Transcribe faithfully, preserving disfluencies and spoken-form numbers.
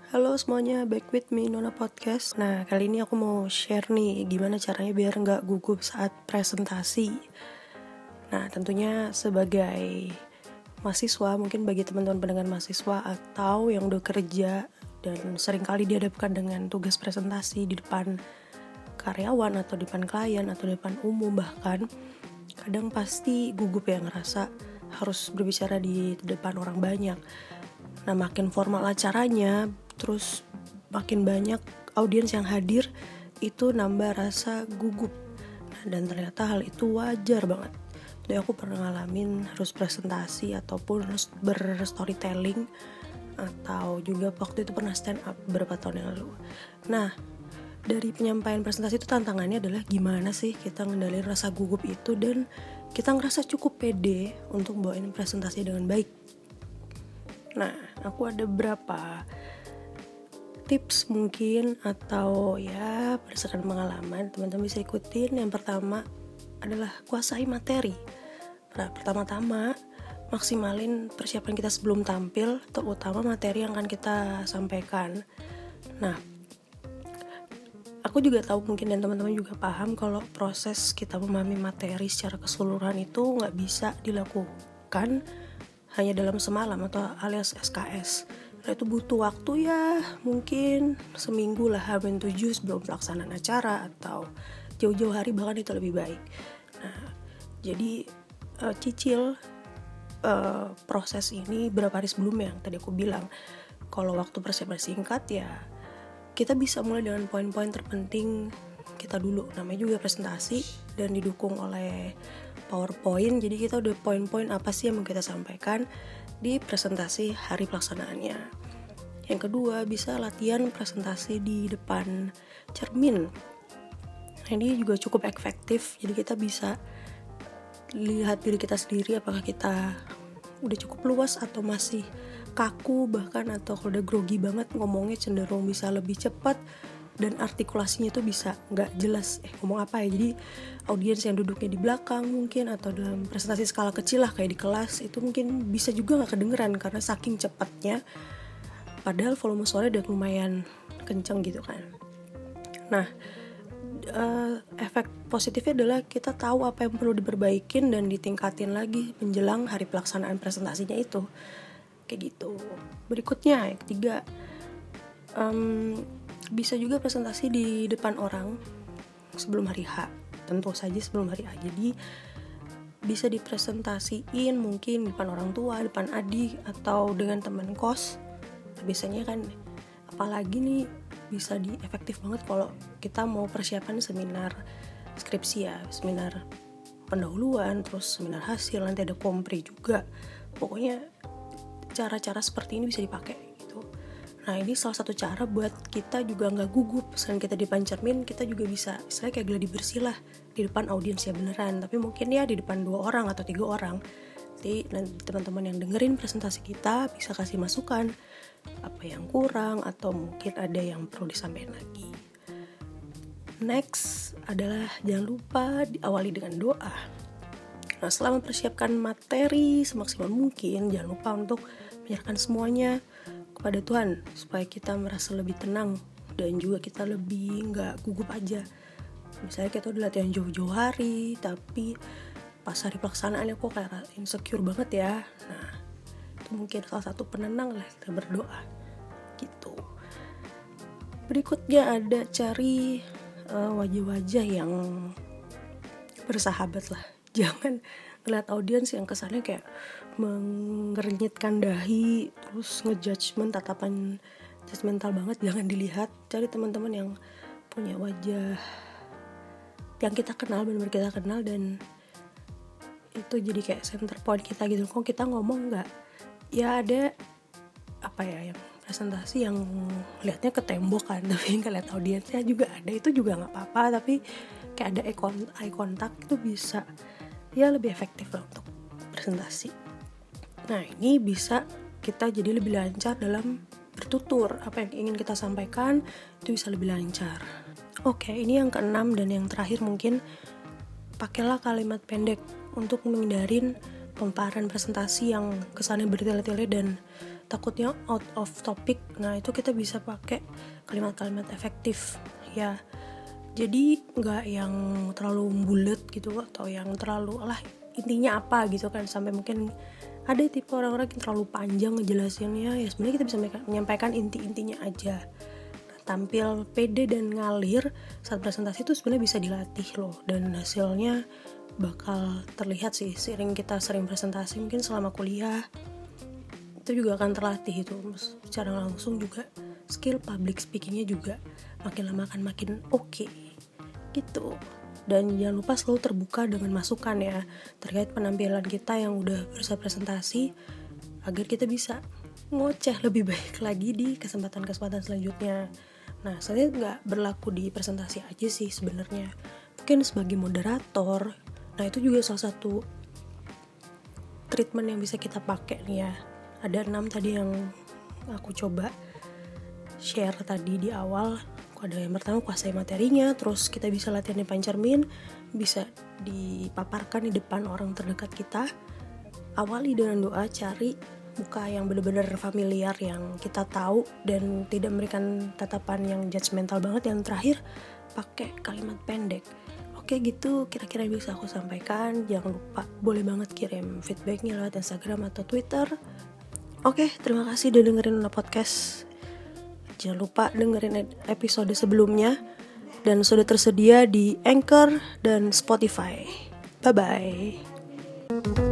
Halo semuanya, back with me Nona Podcast. Nah, kali ini aku mau share nih gimana caranya biar gak gugup saat presentasi. Nah, tentunya sebagai mahasiswa, mungkin bagi teman-teman pendengar mahasiswa atau yang udah kerja dan seringkali dihadapkan dengan tugas presentasi di depan karyawan atau di depan klien atau di depan umum bahkan, kadang pasti gugup ya, ngerasa harus berbicara di depan orang banyak. Nah, makin formal acaranya, terus makin banyak audiens yang hadir, itu nambah rasa gugup. Nah, dan ternyata hal itu wajar banget. Jadi aku pernah ngalamin harus presentasi ataupun harus ber-storytelling, atau juga waktu itu pernah stand up beberapa tahun yang lalu. Nah, dari penyampaian presentasi itu tantangannya adalah gimana sih kita ngendalin rasa gugup itu dan kita ngerasa cukup pede untuk bawain presentasi dengan baik. Nah, aku ada beberapa tips mungkin atau ya berdasarkan pengalaman teman-teman bisa ikutin. Yang pertama adalah kuasai materi. Nah, pertama-tama maksimalin persiapan kita sebelum tampil, terutama materi yang akan kita sampaikan. Nah, aku juga tahu mungkin dan teman-teman juga paham kalau proses kita memahami materi secara keseluruhan itu nggak bisa dilakukan hanya dalam semalam atau alias S K S. Nah, itu butuh waktu ya mungkin seminggu lah, H tujuh sebelum pelaksanaan acara atau jauh-jauh hari bahkan itu lebih baik. Nah, jadi uh, cicil uh, proses ini berapa hari sebelumnya yang tadi aku bilang. Kalau waktu persiapan singkat ya kita bisa mulai dengan poin-poin terpenting kita dulu. Namanya juga presentasi dan didukung oleh PowerPoint. Jadi kita udah poin-poin apa sih yang mau kita sampaikan di presentasi hari pelaksanaannya. Yang kedua, bisa latihan presentasi di depan cermin. Nah, ini juga cukup efektif. Jadi kita bisa lihat diri kita sendiri apakah kita udah cukup luas atau masih kaku, bahkan atau kalau udah grogi banget ngomongnya cenderung bisa lebih cepat dan artikulasinya tuh bisa nggak jelas eh ngomong apa ya. Jadi audiens yang duduknya di belakang mungkin atau dalam presentasi skala kecil lah kayak di kelas itu mungkin bisa juga nggak kedengeran karena saking cepatnya, padahal volume suaranya udah lumayan kenceng gitu kan. Nah, uh, efek positifnya adalah kita tahu apa yang perlu diperbaikin dan ditingkatin lagi menjelang hari pelaksanaan presentasinya itu kayak gitu. Berikutnya yang ketiga, um, bisa juga presentasi di depan orang sebelum hari H, tentu saja sebelum hari H. Jadi bisa dipresentasiin mungkin di depan orang tua, depan adik, atau dengan teman kos. Biasanya kan apalagi nih bisa di efektif banget kalau kita mau persiapan seminar skripsi ya, seminar pendahuluan, terus seminar hasil, nanti ada kompre juga. Pokoknya cara-cara seperti ini bisa dipakai gitu. Nah, ini salah satu cara buat kita juga nggak gugup. Selain kita di depan cermin, kita juga bisa istilahnya kayak gladi bersih lah di depan audiens ya beneran. Tapi mungkin ya di depan dua orang atau tiga orang. Nanti teman-teman yang dengerin presentasi kita bisa kasih masukan apa yang kurang atau mungkin ada yang perlu disampaikan lagi. Next adalah jangan lupa diawali dengan doa. Nah, setelah mempersiapkan materi semaksimal mungkin, jangan lupa untuk menyerahkan semuanya kepada Tuhan supaya kita merasa lebih tenang dan juga kita lebih nggak gugup aja. Misalnya kita udah latihan jauh-jauh hari, tapi pas hari pelaksanaannya kok kayak insecure banget ya. Nah, itu mungkin salah satu penenang lah kita berdoa gitu. Berikutnya ada cari uh, wajah-wajah yang bersahabat lah. Jangan ngeliat audiens yang kesannya kayak mengernyitkan dahi, terus ngejudgement, tatapan judgmental banget. Jangan dilihat. Cari teman-teman yang punya wajah yang kita kenal, benar-benar kita kenal, dan itu jadi kayak center point kita gitu. Kok kita ngomong nggak, ya ada apa ya yang presentasi yang liatnya ke tembok kan, tapi nggak lihat audiensnya juga ada, itu juga nggak apa-apa. Tapi kayak ada eye contact itu bisa ya lebih efektif lah untuk presentasi. Nah, ini bisa kita jadi lebih lancar dalam bertutur. Apa yang ingin kita sampaikan itu bisa lebih lancar. Oke, ini yang keenam dan yang terakhir mungkin, pakailah kalimat pendek untuk menghindarin pemaparan presentasi yang kesannya bertele-tele dan takutnya out of topic. Nah itu kita bisa pakai kalimat-kalimat efektif ya. Jadi nggak yang terlalu bulat gitu atau yang terlalu lah intinya apa gitu kan, sampai mungkin ada tipe orang-orang yang terlalu panjang ngejelasinnya. Ya sebenarnya kita bisa menyampaikan inti-intinya aja. Nah, tampil pede dan ngalir saat presentasi itu sebenarnya bisa dilatih loh, dan hasilnya bakal terlihat sih seiring kita sering presentasi. Mungkin selama kuliah itu juga akan terlatih itu secara langsung. Juga skill public speakingnya juga makin lama akan makin oke okay, gitu. Dan jangan lupa selalu terbuka dengan masukan ya terkait penampilan kita yang udah berusaha presentasi, agar kita bisa ngoceh lebih baik lagi di kesempatan-kesempatan selanjutnya. Nah saya nggak berlaku di presentasi aja sih sebenarnya, mungkin sebagai moderator. Nah itu juga salah satu treatment yang bisa kita pakai nih ya. Ada enam tadi yang aku coba share tadi di awal. Ada yang pertama kuasai materinya, terus kita bisa latihan di depan cermin, bisa dipaparkan di depan orang terdekat kita. Awali dengan doa, cari muka yang benar-benar familiar, yang kita tahu dan tidak memberikan tatapan yang judgmental banget. Yang terakhir, pakai kalimat pendek. Oke gitu kira-kira bisa aku sampaikan. Jangan lupa boleh banget kirim feedbacknya lewat Instagram atau Twitter. Oke, terima kasih udah dengerin podcast. Jangan lupa dengerin episode sebelumnya dan sudah tersedia di Anchor dan Spotify. Bye bye.